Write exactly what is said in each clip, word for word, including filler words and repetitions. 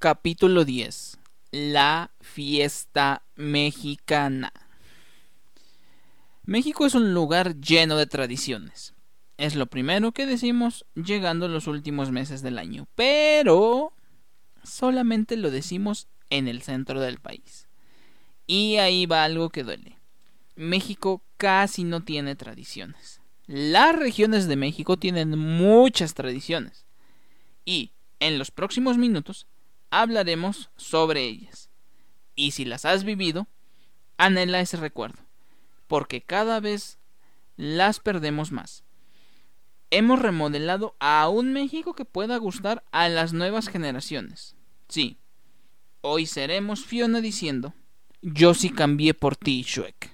Capítulo diez. La fiesta mexicana. México es un lugar lleno de tradiciones. Es lo primero que decimos llegando los últimos meses del año, pero solamente lo decimos en el centro del país. Y ahí va algo que duele. México casi no tiene tradiciones. Las regiones de México tienen muchas tradiciones. Y en los próximos minutos hablaremos sobre ellas. Y si las has vivido, anhela ese recuerdo, porque cada vez las perdemos más. Hemos remodelado a un México que pueda gustar a las nuevas generaciones. Sí, hoy seremos Fiona diciendo: yo sí cambié por ti, Shrek.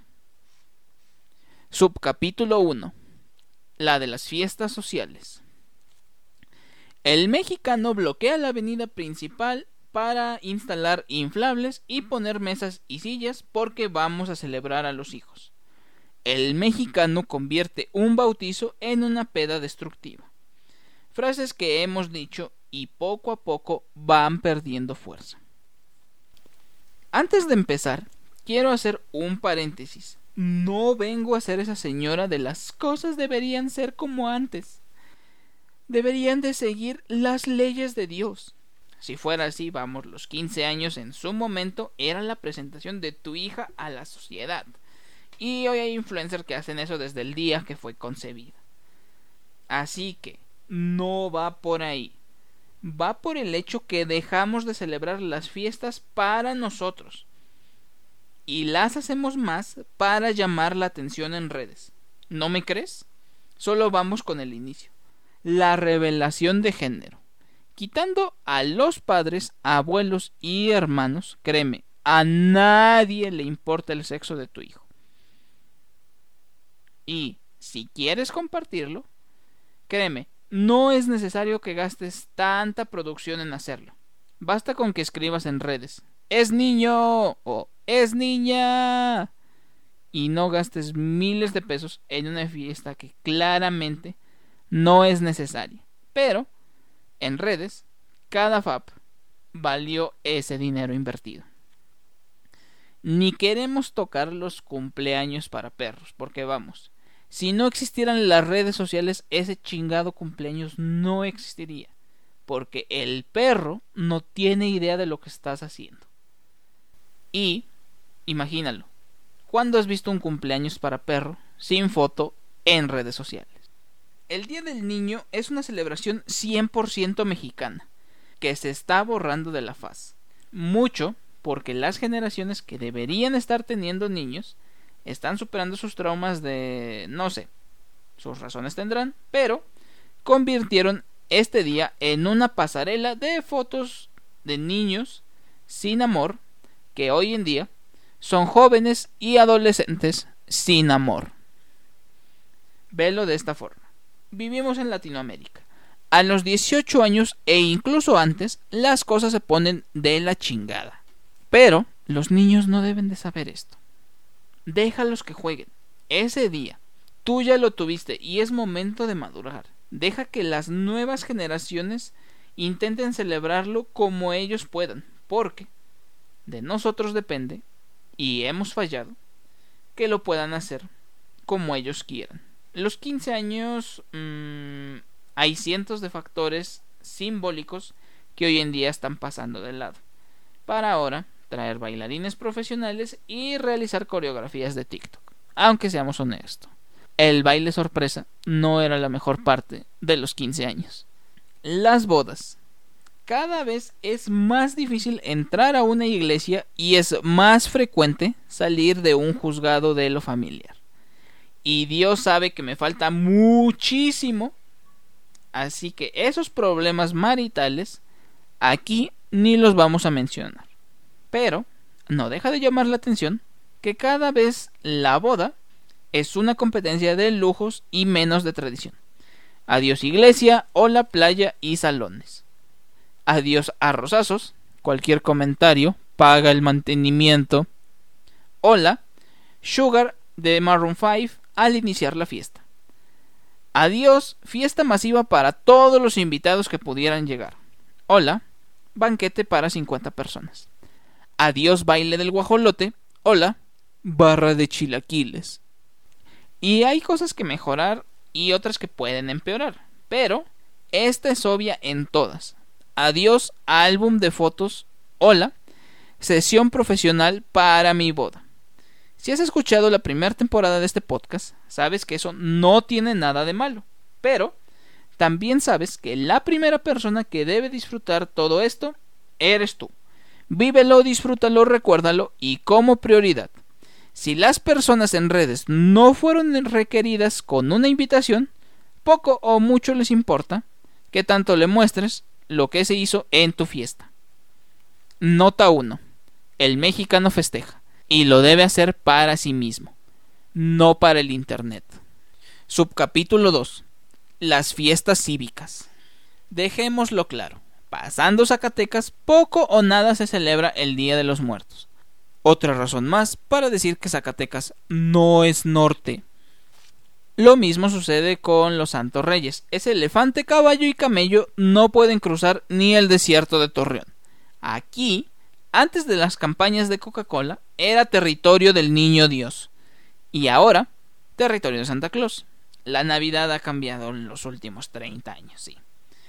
Subcapítulo uno. La de las fiestas sociales. El mexicano bloquea la avenida principal para instalar inflables y poner mesas y sillas porque vamos a celebrar a los hijos. El mexicano convierte un bautizo en una peda destructiva. Frases que hemos dicho y poco a poco van perdiendo fuerza. Antes de empezar, quiero hacer un paréntesis. No vengo a ser esa señora de las cosas deberían ser como antes. Deberían de seguir las leyes de Dios. Si fuera así, vamos, los quince años en su momento era la presentación de tu hija a la sociedad. Y hoy hay influencers que hacen eso desde el día que fue concebida. Así que no va por ahí. Va por el hecho que dejamos de celebrar las fiestas para nosotros. Y las hacemos más para llamar la atención en redes. ¿No me crees? Solo vamos con el inicio. La revelación de género. Quitando a los padres, abuelos y hermanos, créeme, a nadie le importa el sexo de tu hijo. Y si quieres compartirlo, créeme, no es necesario que gastes tanta producción en hacerlo. Basta con que escribas en redes: ¡es niño! O ¡es niña! Y no gastes miles de pesos en una fiesta que claramente no es necesaria. Pero en redes, cada F A P valió ese dinero invertido. Ni queremos tocar los cumpleaños para perros, porque vamos, si no existieran las redes sociales, ese chingado cumpleaños no existiría, porque el perro no tiene idea de lo que estás haciendo. Y, imagínalo, ¿cuándo has visto un cumpleaños para perro sin foto en redes sociales? El Día del Niño es una celebración cien por ciento mexicana, que se está borrando de la faz. Mucho porque las generaciones que deberían estar teniendo niños están superando sus traumas de... no sé, sus razones tendrán, pero convirtieron este día en una pasarela de fotos de niños sin amor, que hoy en día son jóvenes y adolescentes sin amor. Velo de esta forma. Vivimos en Latinoamérica. A los dieciocho años e incluso antes, las cosas se ponen de la chingada. Pero los niños no deben de saber esto. Déjalos que jueguen. Ese día, tú ya lo tuviste y es momento de madurar. Deja que las nuevas generaciones intenten celebrarlo como ellos puedan, porque de nosotros depende, y hemos fallado, que lo puedan hacer como ellos quieran. Los quince años, mmm, hay cientos de factores simbólicos que hoy en día están pasando de lado. Para ahora, traer bailarines profesionales y realizar coreografías de TikTok. Aunque seamos honestos, el baile sorpresa no era la mejor parte de los quince años. Las bodas. Cada vez es más difícil entrar a una iglesia y es más frecuente salir de un juzgado de lo familiar. Y Dios sabe que me falta muchísimo. Así que esos problemas maritales aquí ni los vamos a mencionar. Pero no deja de llamar la atención que cada vez la boda es una competencia de lujos y menos de tradición. Adiós iglesia, hola playa y salones. Adiós arrozazos, cualquier comentario paga el mantenimiento. Hola Sugar de Maroon cinco al iniciar la fiesta. Adiós fiesta masiva para todos los invitados que pudieran llegar. Hola banquete para cincuenta personas. Adiós baile del guajolote. Hola, barra de chilaquiles. Y hay cosas que mejorar y otras que pueden empeorar, pero esta es obvia en todas. Adiós álbum de fotos. Hola, sesión profesional para mi boda. Si has escuchado la primera temporada de este podcast, sabes que eso no tiene nada de malo, pero también sabes que la primera persona que debe disfrutar todo esto eres tú. Vívelo, disfrútalo, recuérdalo y como prioridad. Si las personas en redes no fueron requeridas con una invitación, poco o mucho les importa que tanto le muestres lo que se hizo en tu fiesta. Nota uno. El mexicano festeja y lo debe hacer para sí mismo, no para el internet. Subcapítulo dos. Las fiestas cívicas. Dejémoslo claro. Pasando Zacatecas, poco o nada se celebra el Día de los Muertos. Otra razón más para decir que Zacatecas no es norte. Lo mismo sucede con los Santos Reyes. Ese elefante, caballo y camello no pueden cruzar ni el desierto de Torreón. Aquí, antes de las campañas de Coca-Cola, era territorio del Niño Dios. Y ahora, territorio de Santa Claus. La Navidad ha cambiado en los últimos treinta años, sí.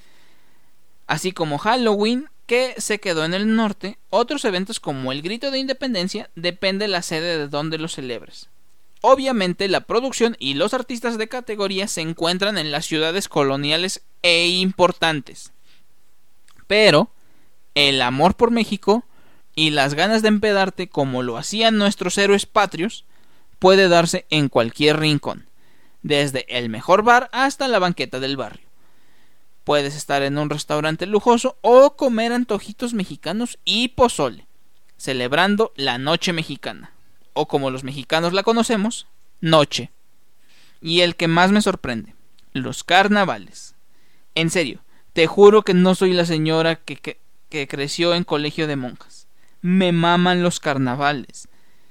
Así como Halloween, que se quedó en el norte, otros eventos como el Grito de Independencia depende la sede de donde los celebres. Obviamente la producción y los artistas de categoría se encuentran en las ciudades coloniales e importantes. Pero el amor por México y las ganas de empedarte como lo hacían nuestros héroes patrios puede darse en cualquier rincón, desde el mejor bar hasta la banqueta del barrio. Puedes estar en un restaurante lujoso o comer antojitos mexicanos y pozole, celebrando la noche mexicana, o como los mexicanos la conocemos, noche. Y el que más me sorprende, los carnavales. En serio, te juro que no soy la señora que, que, que creció en colegio de monjas. Me maman los carnavales.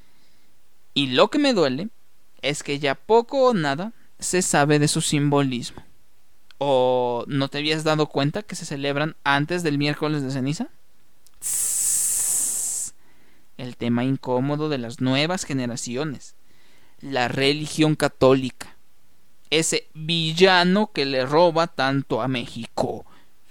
Y lo que me duele es que ya poco o nada se sabe de su simbolismo. ¿O no te habías dado cuenta que se celebran antes del miércoles de ceniza? Tss, el tema incómodo de las nuevas generaciones. La religión católica. Ese villano que le roba tanto a México.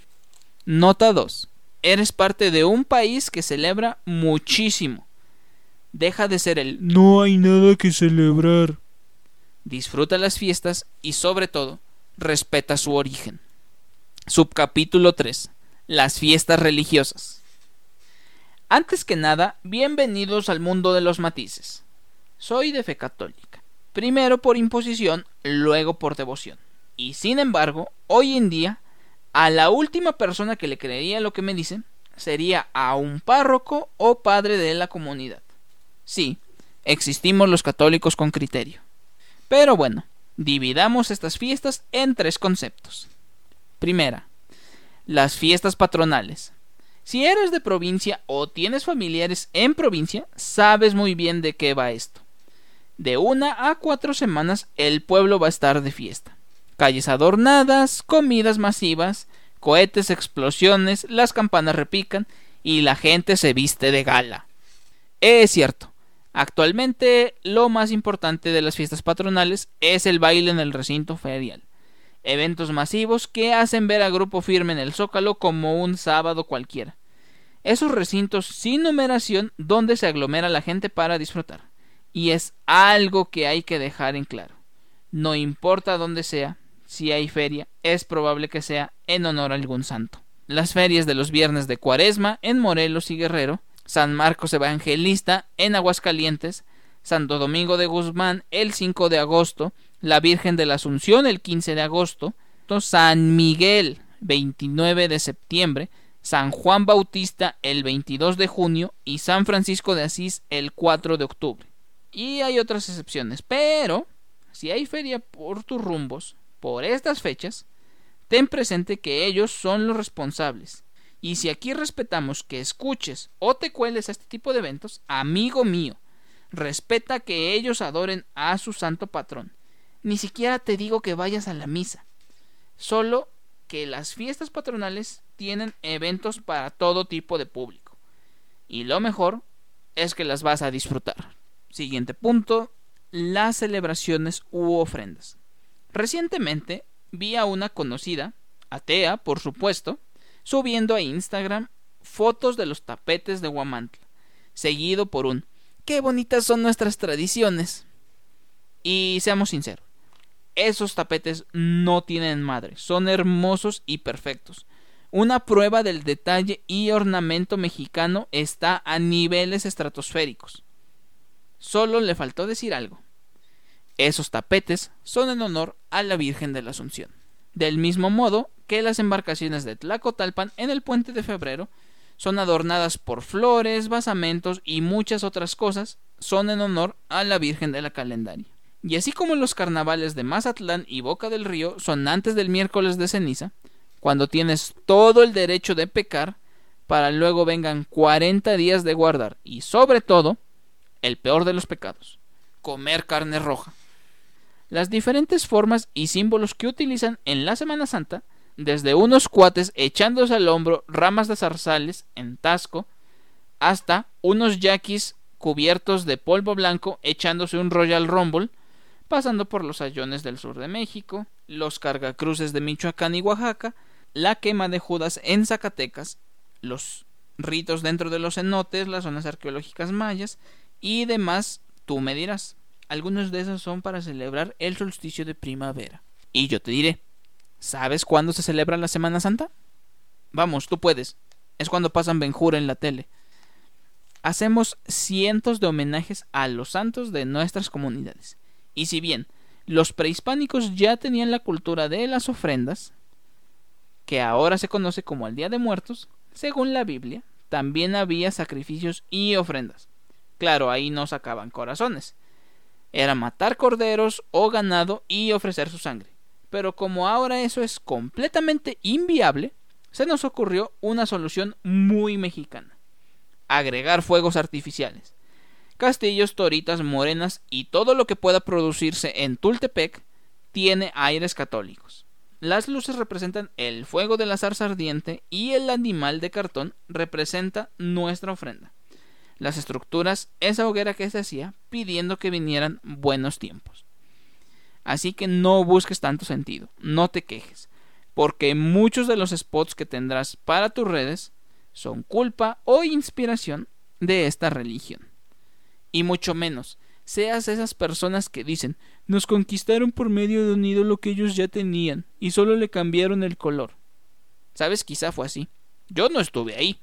Nota dos. Eres parte de un país que celebra muchísimo. Deja de ser el no hay nada que celebrar. Disfruta las fiestas y sobre todo respeta su origen. Subcapítulo tres. Las fiestas religiosas. Antes que nada, bienvenidos al mundo de los matices. Soy de fe católica, primero por imposición, luego por devoción. Y sin embargo, hoy en día, a la última persona que le creería lo que me dicen sería a un párroco o padre de la comunidad. Sí, existimos los católicos con criterio. Pero bueno, dividamos estas fiestas en tres conceptos. Primera, las fiestas patronales. Si eres de provincia o tienes familiares en provincia, sabes muy bien de qué va esto. De una a cuatro semanas el pueblo va a estar de fiesta. Calles adornadas, comidas masivas, cohetes, explosiones, las campanas repican y la gente se viste de gala. Es cierto. Actualmente lo más importante de las fiestas patronales es el baile en el recinto ferial. Eventos masivos que hacen ver a Grupo Firme en el Zócalo como un sábado cualquiera. Esos recintos sin numeración donde se aglomera la gente para disfrutar. Y es algo que hay que dejar en claro. No importa dónde sea, si hay feria, es probable que sea en honor a algún santo. Las ferias de los viernes de Cuaresma en Morelos y Guerrero, San Marcos Evangelista en Aguascalientes, Santo Domingo de Guzmán el cinco de agosto, la Virgen de la Asunción el quince de agosto, San Miguel veintinueve de septiembre, San Juan Bautista el veintidós de junio y San Francisco de Asís el cuatro de octubre. Y hay otras excepciones, pero si hay feria por tus rumbos, por estas fechas, ten presente que ellos son los responsables. Y si aquí respetamos que escuches o te cueles a este tipo de eventos, amigo mío, respeta que ellos adoren a su santo patrón. Ni siquiera te digo que vayas a la misa, solo que las fiestas patronales tienen eventos para todo tipo de público. Y lo mejor es que las vas a disfrutar. Siguiente punto, las celebraciones u ofrendas. Recientemente vi a una conocida, atea por supuesto, subiendo a Instagram fotos de los tapetes de Huamantla, seguido por un "qué bonitas son nuestras tradiciones". Y seamos sinceros, esos tapetes no tienen madre, son hermosos y perfectos. Una prueba del detalle y ornamento mexicano está a niveles estratosféricos. Solo le faltó decir algo. Esos tapetes son en honor a la Virgen de la Asunción. Del mismo modo que las embarcaciones de Tlacotalpan en el Puente de Febrero son adornadas por flores, basamentos y muchas otras cosas, son en honor a la Virgen de la Calendaria. Y así como los carnavales de Mazatlán y Boca del Río son antes del miércoles de ceniza, cuando tienes todo el derecho de pecar, para luego vengan cuarenta días de guardar y sobre todo, el peor de los pecados, comer carne roja. Las diferentes formas y símbolos que utilizan en la Semana Santa, desde unos cuates echándose al hombro ramas de zarzales en Tasco, hasta unos yaquis cubiertos de polvo blanco echándose un Royal Rumble, pasando por los sayones del sur de México, los cargacruces de Michoacán y Oaxaca, la quema de Judas en Zacatecas, los ritos dentro de los cenotes, las zonas arqueológicas mayas y demás, tú me dirás. Algunos de esos son para celebrar el solsticio de primavera. Y yo te diré, ¿sabes cuándo se celebra la Semana Santa? Vamos, tú puedes. Es cuando pasan Ben-Hur en la tele. Hacemos cientos de homenajes a los santos de nuestras comunidades. Y si bien los prehispánicos ya tenían la cultura de las ofrendas, que ahora se conoce como el Día de Muertos, según la Biblia, también había sacrificios y ofrendas. Claro, ahí no sacaban corazones. Era matar corderos o ganado y ofrecer su sangre. Pero como ahora eso es completamente inviable, se nos ocurrió una solución muy mexicana: agregar fuegos artificiales. Castillos, toritas, morenas y todo lo que pueda producirse en Tultepec tiene aires católicos. Las luces representan el fuego de la zarza ardiente y el animal de cartón representa nuestra ofrenda. Las estructuras, esa hoguera que se hacía pidiendo que vinieran buenos tiempos. Así que no busques tanto sentido, no te quejes, porque muchos de los spots que tendrás para tus redes son culpa o inspiración de esta religión. Y mucho menos seas esas personas que dicen: nos conquistaron por medio de un ídolo que ellos ya tenían y solo le cambiaron el color. Sabes, quizá fue así. Yo no estuve ahí,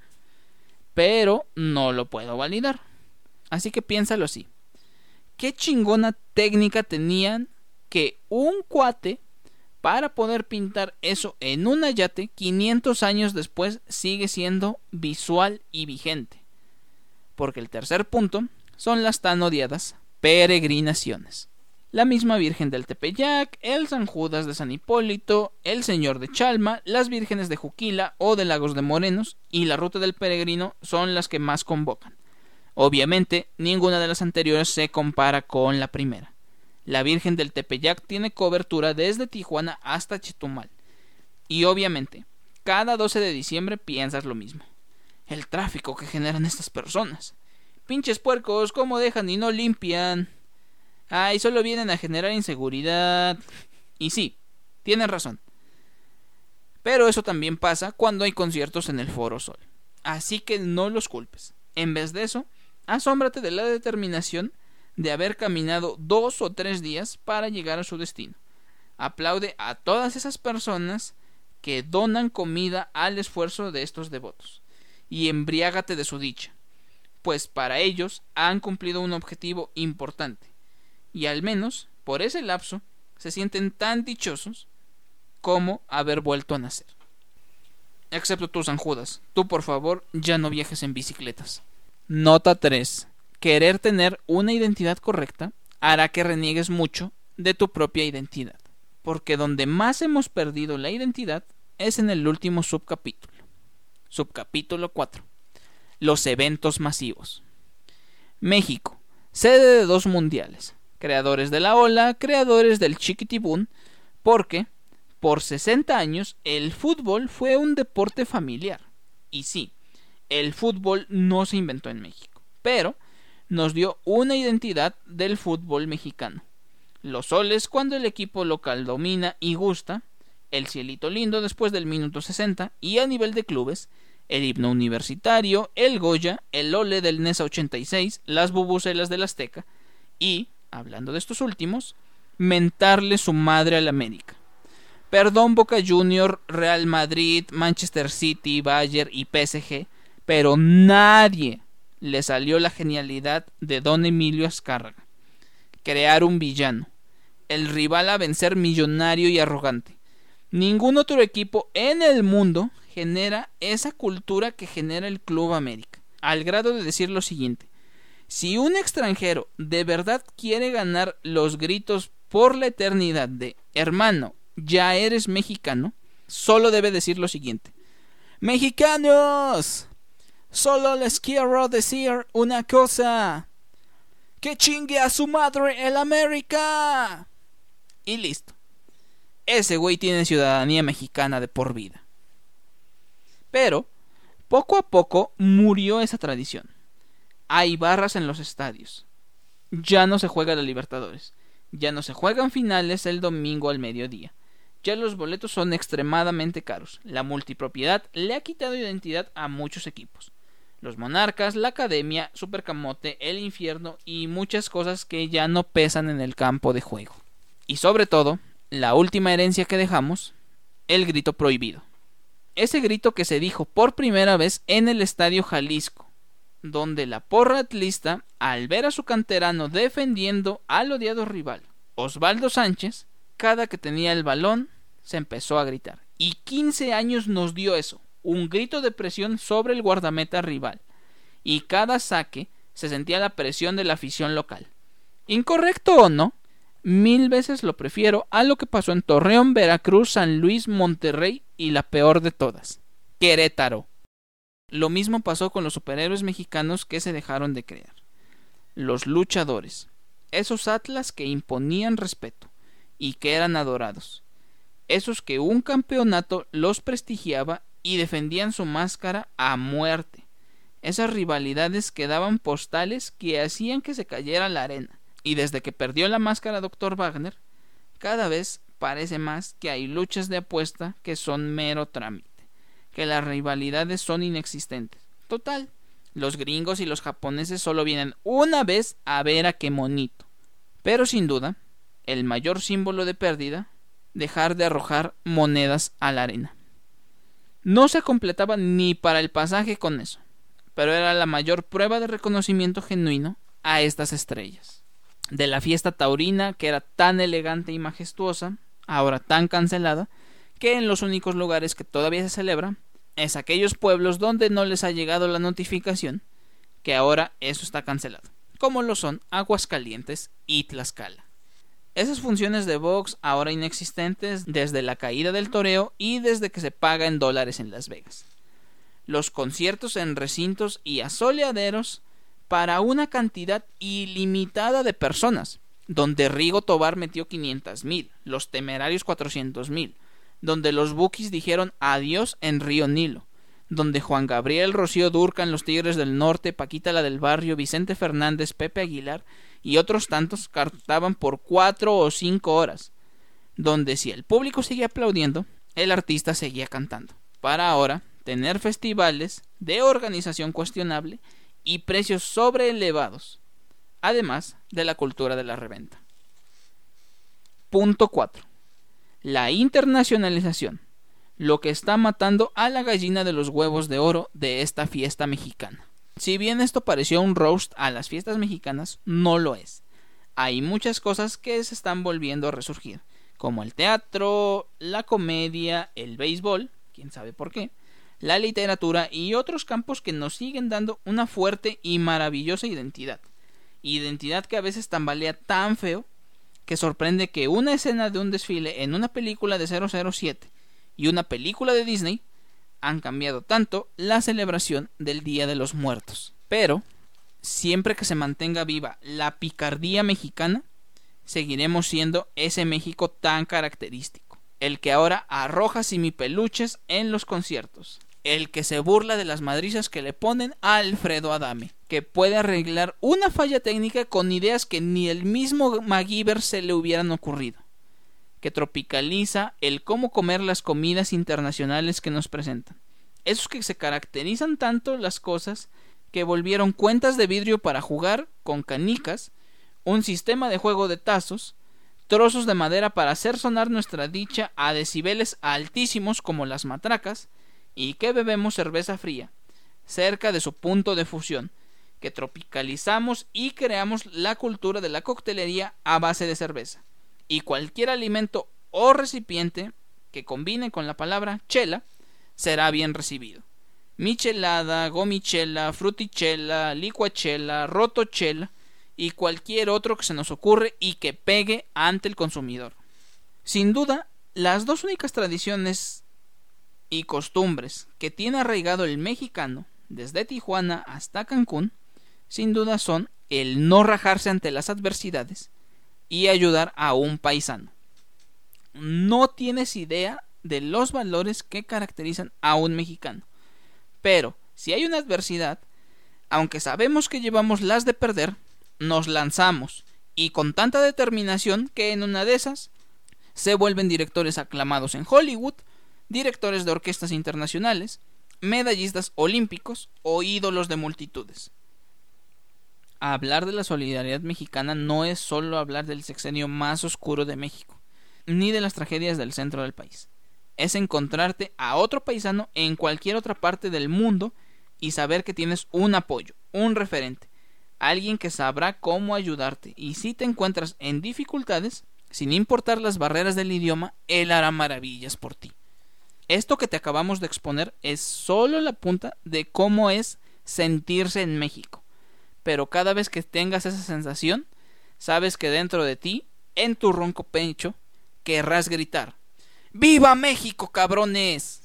pero no lo puedo validar. Así que piénsalo así: ¿qué chingona técnica tenían que un cuate para poder pintar eso en un ayate quinientos años después sigue siendo visual y vigente? Porque el tercer punto son las tan odiadas peregrinaciones. La misma Virgen del Tepeyac, el San Judas de San Hipólito, el Señor de Chalma, las Vírgenes de Juquila o de Lagos de Morenos y la Ruta del Peregrino son las que más convocan. Obviamente, ninguna de las anteriores se compara con la primera. La Virgen del Tepeyac tiene cobertura desde Tijuana hasta Chetumal. Y obviamente, cada doce de diciembre piensas lo mismo: el tráfico que generan estas personas. Pinches puercos, ¿cómo dejan y no limpian? Ay, solo vienen a generar inseguridad. Y sí, tienen razón. Pero eso también pasa cuando hay conciertos en el Foro Sol. Así que no los culpes. En vez de eso, asómbrate de la determinación de haber caminado dos o tres días para llegar a su destino. Aplaude a todas esas personas que donan comida al esfuerzo de estos devotos. Y embriágate de su dicha, pues para ellos han cumplido un objetivo importante. Y al menos, por ese lapso, se sienten tan dichosos como haber vuelto a nacer. Excepto tú, San Judas. Tú, por favor, ya no viajes en bicicletas. Nota tres. Querer tener una identidad correcta hará que reniegues mucho de tu propia identidad. Porque donde más hemos perdido la identidad es en el último subcapítulo. Subcapítulo cuatro. Los eventos masivos. México, sede de dos mundiales. Creadores de la ola, creadores del chiquitibún, porque por sesenta años el fútbol fue un deporte familiar. Y sí, el fútbol no se inventó en México, pero nos dio una identidad del fútbol mexicano. Los soles cuando el equipo local domina y gusta, el cielito lindo después del minuto sesenta, y a nivel de clubes, el himno universitario, el Goya, el Ole del Nesa ochenta y seis, las bubucelas del Azteca y, hablando de estos últimos, mentarle su madre al América. Perdón Boca Junior, Real Madrid, Manchester City, Bayern y P S G, pero nadie le salió la genialidad de Don Emilio Azcárraga. Crear un villano, el rival a vencer millonario y arrogante. Ningún otro equipo en el mundo genera esa cultura que genera el Club América, al grado de decir lo siguiente: si un extranjero de verdad quiere ganar los gritos por la eternidad de hermano, ya eres mexicano, solo debe decir lo siguiente: mexicanos, solo les quiero decir una cosa, que chingue a su madre el América. Y listo. Ese güey tiene ciudadanía mexicana de por vida. Pero, poco a poco murió esa tradición. Hay barras en los estadios. Ya no se juega la Libertadores. Ya no se juegan finales el domingo al mediodía. Ya los boletos son extremadamente caros. La multipropiedad le ha quitado identidad a muchos equipos. Los Monarcas, la Academia, Supercamote, el Infierno y muchas cosas que ya no pesan en el campo de juego. Y sobre todo, la última herencia que dejamos, el grito prohibido. Ese grito que se dijo por primera vez en el Estadio Jalisco, donde la porra atlista, al ver a su canterano defendiendo al odiado rival, Osvaldo Sánchez, cada que tenía el balón, se empezó a gritar. Y quince años nos dio eso, un grito de presión sobre el guardameta rival. Y cada saque se sentía la presión de la afición local. ¿Incorrecto o no? Mil veces lo prefiero a lo que pasó en Torreón, Veracruz, San Luis, Monterrey y la peor de todas, Querétaro. Lo mismo pasó con los superhéroes mexicanos que se dejaron de crear. Los luchadores, esos atlas que imponían respeto y que eran adorados. Esos que un campeonato los prestigiaba y defendían su máscara a muerte. Esas rivalidades que daban postales que hacían que se cayera la arena. Y desde que perdió la máscara doctor Wagner, cada vez parece más que hay luchas de apuesta que son mero trámite, que las rivalidades son inexistentes. Total, los gringos y los japoneses solo vienen una vez a ver a qué monito. Pero sin duda, el mayor símbolo de pérdida, dejar de arrojar monedas a la arena. No se completaba ni para el pasaje con eso, pero era la mayor prueba de reconocimiento genuino a estas estrellas. De la fiesta taurina, que era tan elegante y majestuosa, ahora tan cancelada, que en los únicos lugares que todavía se celebra es aquellos pueblos donde no les ha llegado la notificación que ahora eso está cancelado, como lo son Aguascalientes y Tlaxcala. Esas funciones de box ahora inexistentes desde la caída del toreo y desde que se paga en dólares en Las Vegas. Los conciertos en recintos y asoleaderos para una cantidad ilimitada de personas, donde Rigo Tobar metió quinientos mil, los Temerarios cuatrocientos mil, donde los Bukis dijeron adiós en Río Nilo, donde Juan Gabriel, Rocío Dúrcal, los Tigres del Norte, Paquita la del Barrio, Vicente Fernández, Pepe Aguilar y otros tantos cantaban por cuatro o cinco horas, donde si el público seguía aplaudiendo, el artista seguía cantando, para ahora tener festivales de organización cuestionable y precios sobreelevados, además de la cultura de la reventa. Punto cuatro. La internacionalización, lo que está matando a la gallina de los huevos de oro de esta fiesta mexicana. Si bien esto pareció un roast a las fiestas mexicanas, no lo es. Hay muchas cosas que se están volviendo a resurgir, como el teatro, la comedia, el béisbol, quién sabe por qué, la literatura y otros campos que nos siguen dando una fuerte y maravillosa identidad. Identidad que a veces tambalea tan feo que sorprende que una escena de un desfile en una película de cero cero siete y una película de Disney han cambiado tanto la celebración del Día de los Muertos. Pero, siempre que se mantenga viva la picardía mexicana, seguiremos siendo ese México tan característico. el que ahora arroja simipeluches en los conciertos, el que se burla de las madrizas que le ponen a Alfredo Adame, que puede arreglar una falla técnica con ideas que ni el mismo MacGyver se le hubieran ocurrido, que tropicaliza el cómo comer las comidas internacionales que nos presentan, esos que se caracterizan tanto las cosas que volvieron cuentas de vidrio para jugar con canicas, un sistema de juego de tazos, trozos de madera para hacer sonar nuestra dicha a decibeles altísimos como las matracas, y que bebemos cerveza fría, cerca de su punto de fusión, que tropicalizamos y creamos la cultura de la coctelería a base de cerveza, y cualquier alimento o recipiente que combine con la palabra chela será bien recibido. Michelada, gomichela, frutichela, licuachela, rotochela y cualquier otro que se nos ocurre y que pegue ante el consumidor. Sin duda, las dos únicas tradiciones y costumbres que tiene arraigado el mexicano desde Tijuana hasta Cancún, sin duda son el no rajarse ante las adversidades y ayudar a un paisano. No tienes idea de los valores que caracterizan a un mexicano, pero si hay una adversidad, aunque sabemos que llevamos las de perder, nos lanzamos, y con tanta determinación que en una de esas se vuelven directores aclamados en Hollywood, directores de orquestas internacionales, medallistas olímpicos o ídolos de multitudes. Hablar de la solidaridad mexicana no es solo hablar del sexenio más oscuro de México, ni de las tragedias del centro del país. Es encontrarte a otro paisano en cualquier otra parte del mundo y saber que tienes un apoyo, un referente, alguien que sabrá cómo ayudarte, y si te encuentras en dificultades, sin importar las barreras del idioma, él hará maravillas por ti. Esto que te acabamos de exponer es solo la punta de cómo es sentirse en México, pero cada vez que tengas esa sensación, sabes que dentro de ti, en tu ronco pecho, querrás gritar: ¡Viva México, cabrones!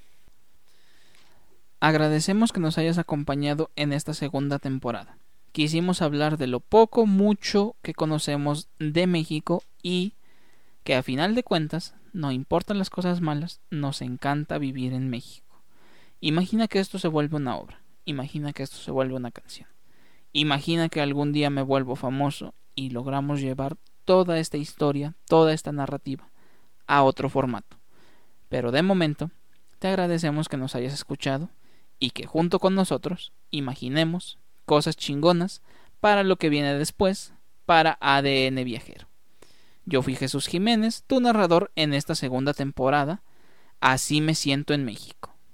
Agradecemos que nos hayas acompañado en esta segunda temporada. Quisimos hablar de lo poco, mucho que conocemos de México y que a final de cuentas, no importan las cosas malas, nos encanta vivir en México. Imagina que esto se vuelve una obra, imagina que esto se vuelve una canción. Imagina que algún día me vuelvo famoso y logramos llevar toda esta historia, toda esta narrativa a otro formato. Pero de momento, te agradecemos que nos hayas escuchado y que junto con nosotros imaginemos cosas chingonas para lo que viene después para A D N Viajero. Yo fui Jesús Jiménez, tu narrador en esta segunda temporada. Así me siento en México.